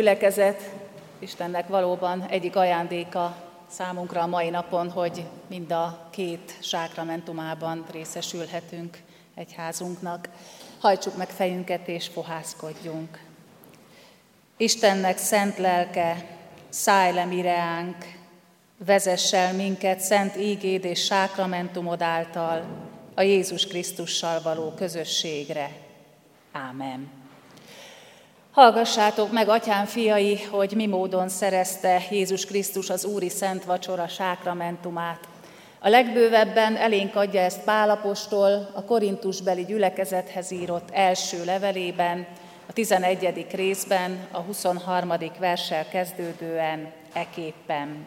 gyülekezet, Istennek valóban egyik ajándéka számunkra a mai napon, hogy mind a két sákramentumában részesülhetünk egyházunknak. Hajtsuk meg fejünket és fohászkodjunk. Istennek szent lelke, szállj le mireánk, vezess el minket szent ígéd és sákramentumod által a Jézus Krisztussal való közösségre. Ámen. Hallgassátok meg, atyám fiai, hogy mi módon szerezte Jézus Krisztus az úri szent vacsora sákramentumát. A legbővebben elénk adja ezt Pál apostol a korintusbeli gyülekezethez írott első levelében, a tizenegyedik részben, a huszonharmadik verssel kezdődően eképpen.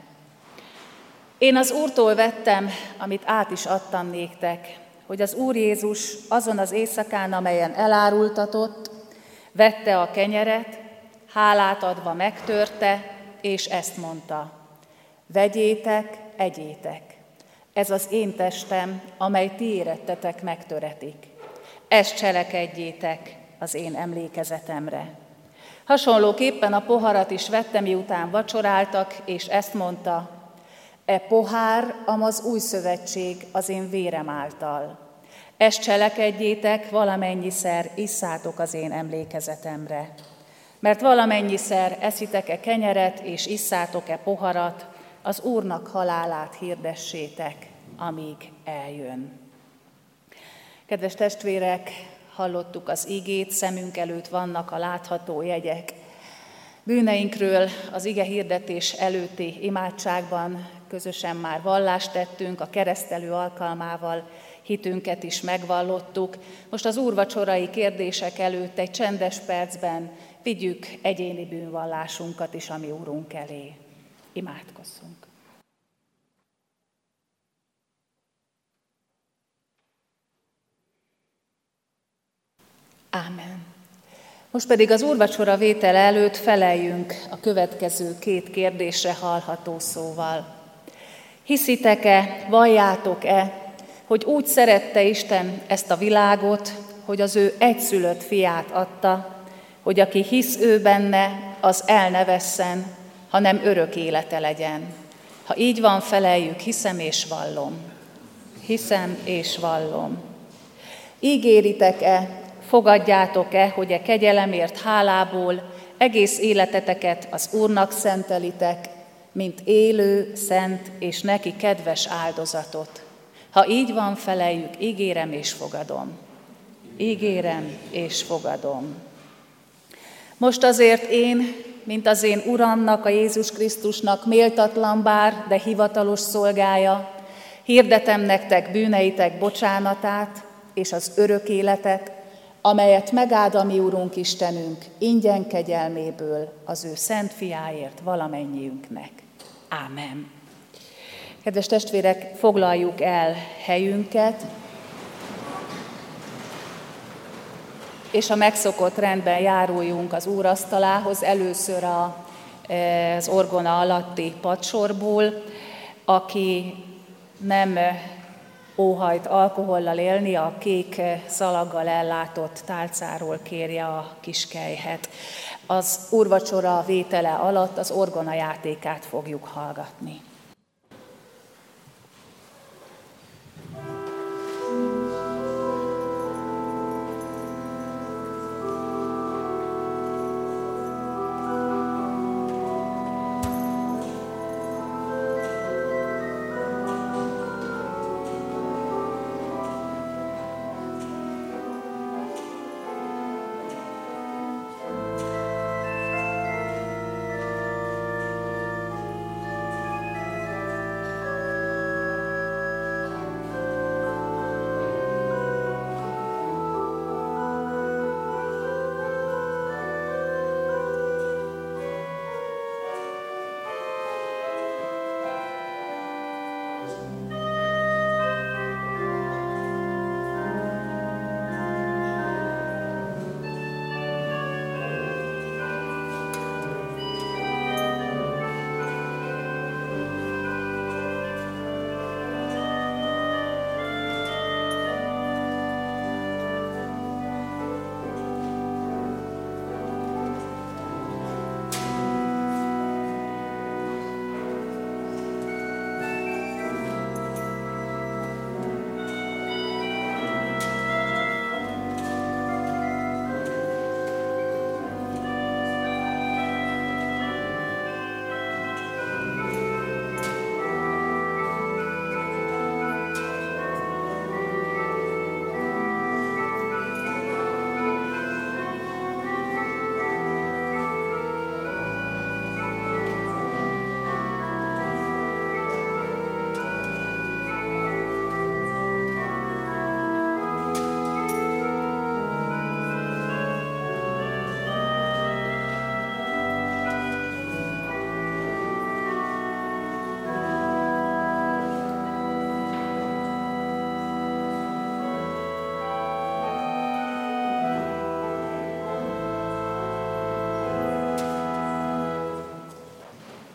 Én az Úrtól vettem, amit át is adtam néktek, hogy az Úr Jézus azon az éjszakán, amelyen elárultatott, vette a kenyeret, hálát adva megtörte, és ezt mondta: vegyétek, egyétek, ez az én testem, amely ti érettetek megtöretik. Ezt cselekedjétek az én emlékezetemre. Hasonlóképpen a poharat is vette, miután vacsoráltak, és ezt mondta: e pohár, amaz új szövetség az én vérem által. Ezt cselekedjétek, valamennyiszer isszátok az én emlékezetemre. Mert valamennyiszer eszitek-e kenyeret, és isszátok-e poharat, az Úrnak halálát hirdessétek, amíg eljön. Kedves testvérek, hallottuk az igét, szemünk előtt vannak a látható jegyek. Bűneinkről az ige hirdetés előtti imádságban közösen már vallást tettünk, a keresztelő alkalmával hitünket is megvallottuk. Most az úrvacsorai kérdések előtt egy csendes percben vigyük egyéni bűnvallásunkat is a mi Úrunk elé. Imádkozzunk. Ámen. Most pedig az úrvacsora vétele előtt feleljünk a következő két kérdésre hallható szóval. Hiszitek-e, valljátok-e, hogy úgy szerette Isten ezt a világot, hogy az ő egyszülött fiát adta, hogy aki hisz ő benne, az el ne vesszen, hanem örök élete legyen. Ha így van, feleljük: hiszem és vallom. Hiszem és vallom. Ígéritek-e, fogadjátok-e, hogy e kegyelemért hálából egész életeteket az Úrnak szentelitek, mint élő, szent és neki kedves áldozatot? Ha így van, feleljük: ígérem és fogadom. Ígérem és fogadom. Most azért én, mint az én Uramnak, a Jézus Krisztusnak méltatlan bár, de hivatalos szolgája, hirdetem nektek bűneitek bocsánatát és az örök életet, amelyet megáld a mi Urunk Istenünk ingyen kegyelméből az ő szent fiáért valamennyiünknek. Ámen. Kedves testvérek, foglaljuk el helyünket, és a megszokott rendben járuljunk az úrasztalához, először a, az orgona alatti padsorból. Aki nem óhajt alkohollal élni, a kék szalaggal ellátott tálcáról kérje a kiskelyhet. Az úrvacsora vétele alatt az orgona játékát fogjuk hallgatni.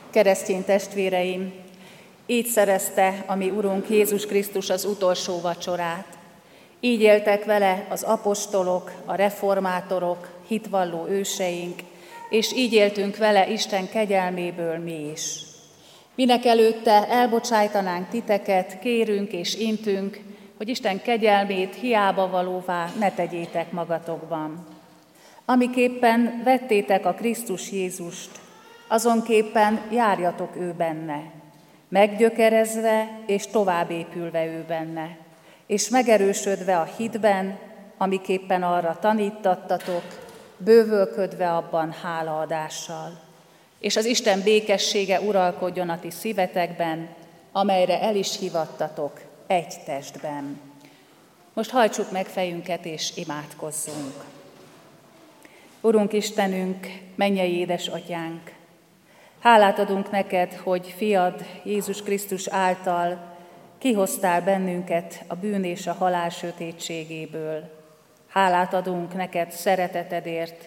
Keresztény testvéreim, így szerezte a mi Urunk Jézus Krisztus az utolsó vacsorát. Így éltek vele az apostolok, a reformátorok, hitvalló őseink, és így éltünk vele Isten kegyelméből mi is. Minek előtte elbocsájtanánk titeket, kérünk és intünk, hogy Isten kegyelmét hiába valóvá ne tegyétek magatokban. Amiképpen vettétek a Krisztus Jézust, azonképpen járjatok ő benne, meggyökerezve és továbbépülve ő benne, és megerősödve a hitben, amiképpen arra tanítattatok, bővölködve abban hálaadással. És az Isten békessége uralkodjon a ti szívetekben, amelyre el is hívattatok egy testben. Most hajtsuk meg fejünket és imádkozzunk. Urunk Istenünk, mennyei édesatyánk, hálát adunk neked, hogy fiad Jézus Krisztus által kihoztál bennünket a bűn és a halál sötétségéből. Hálát adunk neked szeretetedért,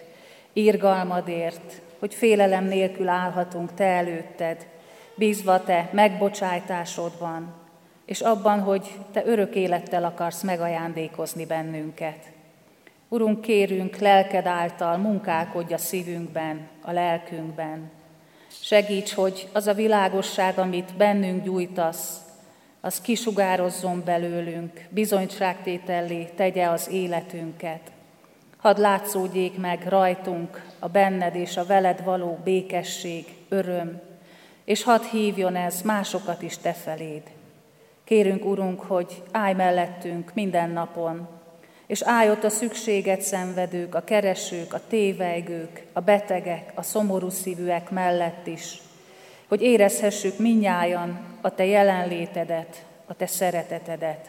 irgalmadért, hogy félelem nélkül állhatunk te előtted, bízva te megbocsájtásodban, és abban, hogy te örök élettel akarsz megajándékozni bennünket. Urunk, kérünk, lelked által munkálkodj a szívünkben, a lelkünkben. Segíts, hogy az a világosság, amit bennünk gyújtasz, az kisugározzon belőlünk, bizonyságtétellé tegye az életünket. Hadd látszódjék meg rajtunk a benned és a veled való békesség, öröm, és hadd hívjon ez másokat is te feléd. Kérünk, Urunk, hogy állj mellettünk minden napon, és állj ott a szükséget szenvedők, a keresők, a tévejgők, a betegek, a szomorú szívűek mellett is, hogy érezhessük mindnyájan a te jelenlétedet, a te szeretetedet.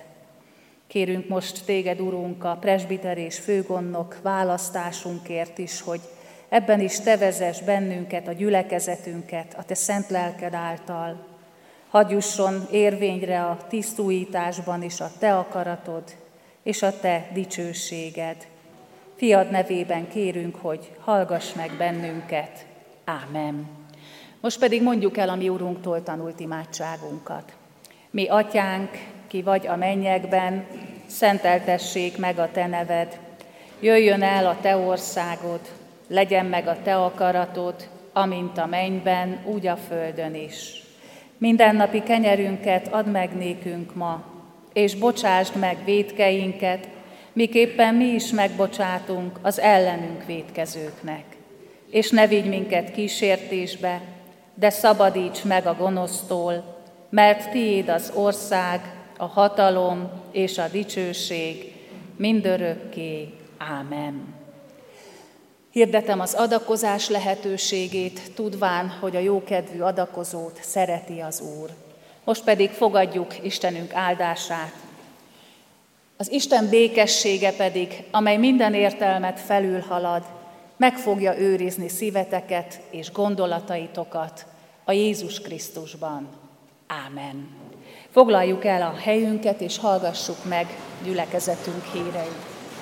Kérünk most téged, Urunk, a presbiter és főgondnok választásunkért is, hogy ebben is te vezess bennünket, a gyülekezetünket, a te szent lelked által. Hadd jusson érvényre a tisztújításban is a te akaratod és a te dicsőséged. Fiad nevében kérünk, hogy hallgass meg bennünket. Ámen. Most pedig mondjuk el a mi Urunktól tanult imádságunkat. Mi atyánk, ki vagy a mennyekben, szenteltessék meg a te neved. Jöjjön el a te országod, legyen meg a te akaratod, amint a mennyben, úgy a földön is. Mindennapi kenyerünket add meg nékünk ma, és bocsásd meg vétkeinket, miképpen mi is megbocsátunk az ellenünk vétkezőknek. És ne vigy minket kísértésbe, de szabadíts meg a gonosztól, mert tiéd az ország, a hatalom és a dicsőség mindörökké. Ámen. Hirdetem az adakozás lehetőségét, tudván, hogy a jókedvű adakozót szereti az Úr. Most pedig fogadjuk Istenünk áldását. Az Isten békessége pedig, amely minden értelmet felülhalad, meg fogja őrizni szíveteket és gondolataitokat a Jézus Krisztusban. Ámen. Foglaljuk el a helyünket, és hallgassuk meg gyülekezetünk híreit.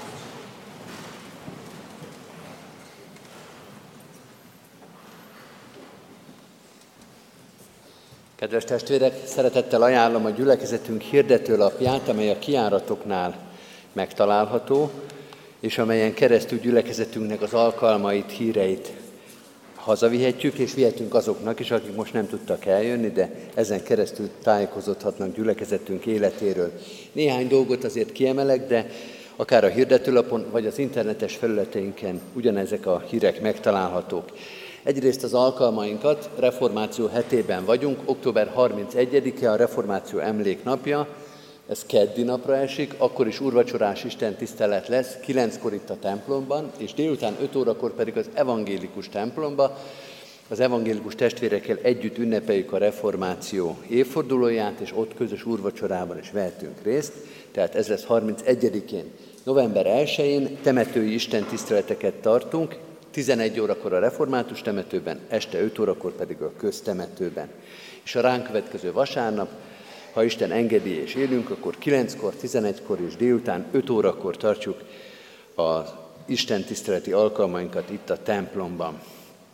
Kedves testvérek, szeretettel ajánlom a gyülekezetünk hirdetőlapját, amely a kijáratoknál megtalálható, és amelyen keresztül gyülekezetünknek az alkalmait, híreit hazavihetjük, és vihetünk azoknak is, akik most nem tudtak eljönni, de ezen keresztül tájékozódhatnak gyülekezetünk életéről. Néhány dolgot azért kiemelek, de akár a hirdetőlapon, vagy az internetes felületeinken ugyanezek a hírek megtalálhatók. Egyrészt az alkalmainkat, reformáció hetében vagyunk, október harmincegyedike a reformáció emléknapja, ez keddi napra esik, akkor is úrvacsorás istentisztelet lesz, kilenckor itt a templomban, és délután öt órakor pedig az evangélikus templomba, az evangélikus testvérekkel együtt ünnepeljük a reformáció évfordulóját, és ott közös úrvacsorában is vehetünk részt, tehát ez lesz harmincegyedikén. November elsején temetői istentiszteleteket tartunk, tizenegy órakor a református temetőben, este öt órakor pedig a köztemetőben. És a ránk következő vasárnap, ha Isten engedi és élünk, akkor kilenckor, tizenegykor és délután öt órakor tartjuk az istentiszteleti alkalmainkat itt a templomban.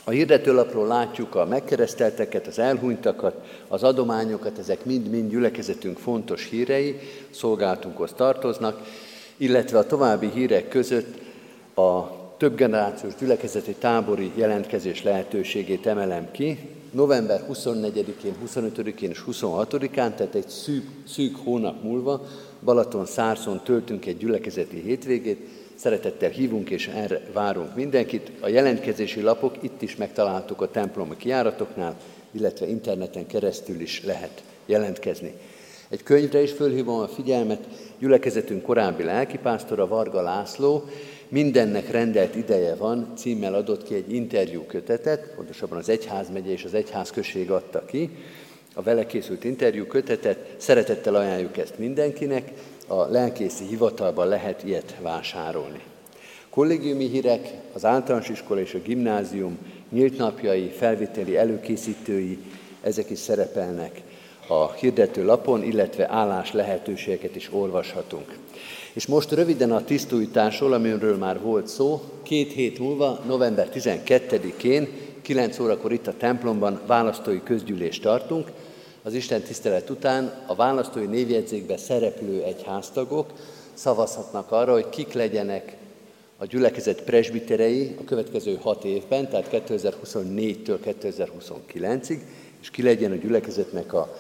A hirdetőlapról látjuk a megkeresztelteket, az elhunytakat, az adományokat, ezek mind-mind gyülekezetünk fontos hírei, szolgálatunkhoz tartoznak, illetve a további hírek között a többgenerációs gyülekezeti tábori jelentkezés lehetőségét emelem ki. november huszonnegyedikén, huszonötödikén és huszonhatodikán, tehát egy szűk, szűk hónap múlva Balatonszárszon töltünk egy gyülekezeti hétvégét. Szeretettel hívunk és erre várunk mindenkit. A jelentkezési lapok itt is megtaláltuk a templomi kijáratoknál, illetve interneten keresztül is lehet jelentkezni. Egy könyvre is fölhívom a figyelmet, gyülekezetünk korábbi lelkipásztora, Varga László, Mindennek rendelt ideje van címmel adott ki egy interjú kötetet, pontosabban az egyházmegye és az egyházközség adta ki, a vele készült interjú kötetet, szeretettel ajánljuk ezt mindenkinek, a lelkészi hivatalban lehet ilyet vásárolni. Kollégiumi hírek, az általános iskola és a gimnázium nyílt napjai, felvételi előkészítői, ezek is szerepelnek a hirdető lapon, illetve állás lehetőségeket is olvashatunk. És most röviden a tisztújításról, amiről már volt szó, két hét múlva, november tizenkettedikén, kilenc órakor itt a templomban választói közgyűlést tartunk. Az Isten tisztelet után a választói névjegyzékben szereplő egyháztagok szavazhatnak arra, hogy kik legyenek a gyülekezet presbiterei a következő hat évben, tehát kétezer-huszonnégytől kétezer-huszonkilencig, és ki legyen a gyülekezetnek a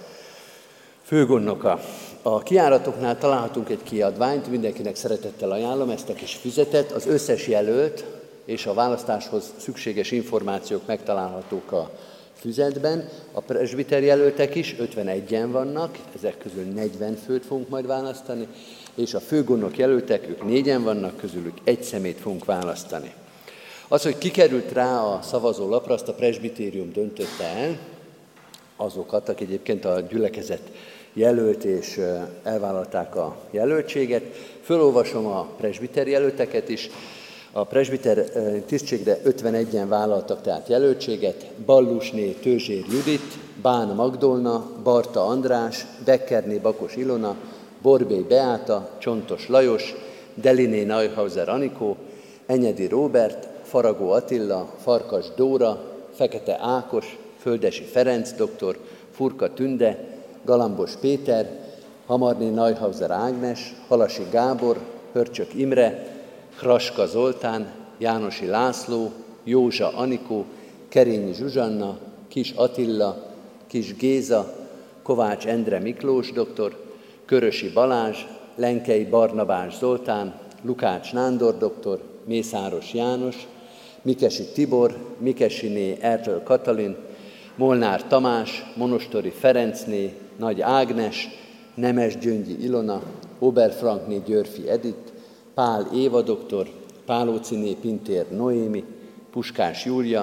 főgondnoka. A kijáratoknál találhatunk egy kiadványt, mindenkinek szeretettel ajánlom ezt a kis füzetet. Az összes jelölt és a választáshoz szükséges információk megtalálhatók a füzetben. A presbiter jelöltek is, ötvenegyen vannak, ezek közül negyven főt fogunk majd választani, és a főgondnok jelöltek, ők négyen vannak, közülük egy szemét fogunk választani. Az, hogy ki került rá a szavazólapra, azt a presbitérium döntötte el, azokat, akik egyébként a gyülekezet jelölt és elvállalták a jelöltséget. Fölolvasom a presbiter jelölteket is. A presbiter tisztségre ötvenegyen vállaltak tehát jelöltséget: Ballusné Tőzsér Judit, Bán Magdolna, Barta András, Beckerné Bakos Ilona, Borbély Beáta, Csontos Lajos, Deliné Neuhauser Anikó, Enyedi Róbert, Faragó Attila, Farkas Dóra, Fekete Ákos, Földesi Ferenc doktor, Furka Tünde, Galambos Péter, Hamarné Neuhauser Ágnes, Halasi Gábor, Hörcsök Imre, Kraska Zoltán, Jánosi László, Józsa Anikó, Kerényi Zsuzsanna, Kis Attila, Kis Géza, Kovács Endre Miklós doktor, Körösi Balázs, Lenkei Barnabás Zoltán, Lukács Nándor doktor, Mészáros János, Mikesi Tibor, Mikesiné Ertl Katalin, Molnár Tamás, Monostori Ferencné, Nagy Ágnes, Nemes Gyöngyi Ilona, Oberfrankné Györfi Edith, Pál Éva doktor, Pálóciné Pintér Noémi, Puskás Júlia,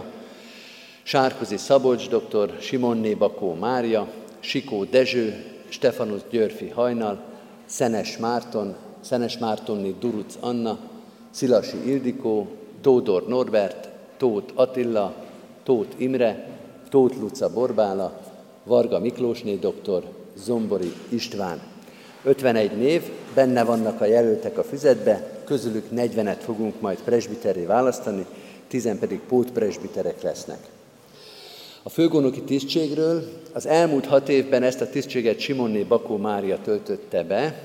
Sárkozi Szabolcs doktor, Simonné Bakó Mária, Sikó Dezső, Stefanusz Györfi Hajnal, Szenes Márton, Szenes Mártonné Duruc Anna, Szilasi Ildikó, Tódor Norbert, Tóth Attila, Tóth Imre, Tóth Luca Borbála, Varga Miklósné doktor, Zombori István. ötvenegy név, benne vannak a jelöltek a füzetbe, közülük negyvenet fogunk majd presbiterré választani, tizen pedig pótpresbiterek lesznek. A főgondnoki tisztségről az elmúlt hat évben ezt a tisztséget Simonné Bakó Mária töltötte be.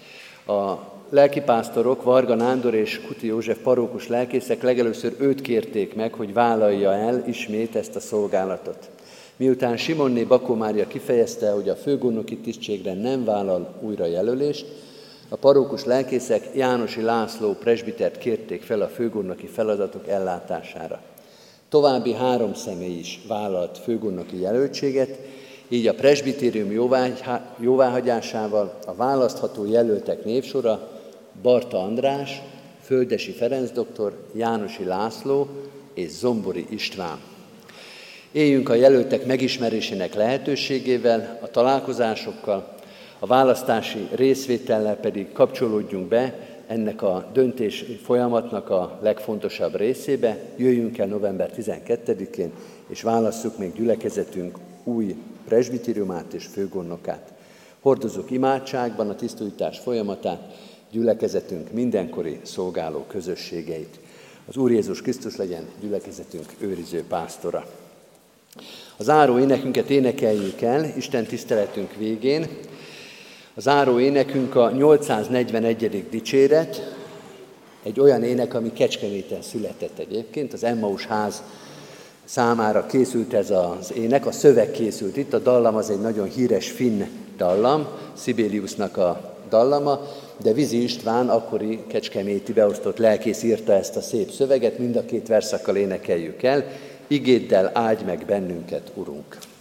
A lelkipásztorok, Varga Nándor és Kuti József parókus lelkészek legelőször őt kérték meg, hogy vállalja el ismét ezt a szolgálatot. Miután Simonné Bakó Mária kifejezte, hogy a főgondnoki tisztségre nem vállal újra jelölést, a parókus lelkészek Jánosi László presbitert kérték fel a főgondnoki feladatok ellátására. További három személy is vállalt főgondnoki jelöltséget, így a presbitérium jóváhagyásával a választható jelöltek névsora Barta András, Földesi Ferenc doktor, Jánosi László és Zombori István. Éljünk a jelöltek megismerésének lehetőségével, a találkozásokkal, a választási részvétellel pedig kapcsolódjunk be ennek a döntés folyamatnak a legfontosabb részébe. Jöjjünk el november tizenkettedikén, és válasszuk meg gyülekezetünk új presbitériumát és főgondnokát. Hordozzuk imádságban a tisztújítás folyamatát, gyülekezetünk mindenkori szolgáló közösségeit. Az Úr Jézus Krisztus legyen gyülekezetünk őriző pásztora. A záró énekünket énekeljük el Isten tiszteletünk végén. A záró énekünk a nyolcszáznegyvenegyedik dicséret, egy olyan ének, ami Kecskeméten született egyébként. Az Emmaus ház számára készült ez az ének, a szöveg készült itt, a dallam az egy nagyon híres finn dallam, Sibeliusnak a dallama, de Vizi István, akkori kecskeméti beosztott lelkész írta ezt a szép szöveget, mind a két verszakkal énekeljük el. Igéddel áldj meg bennünket, Urunk!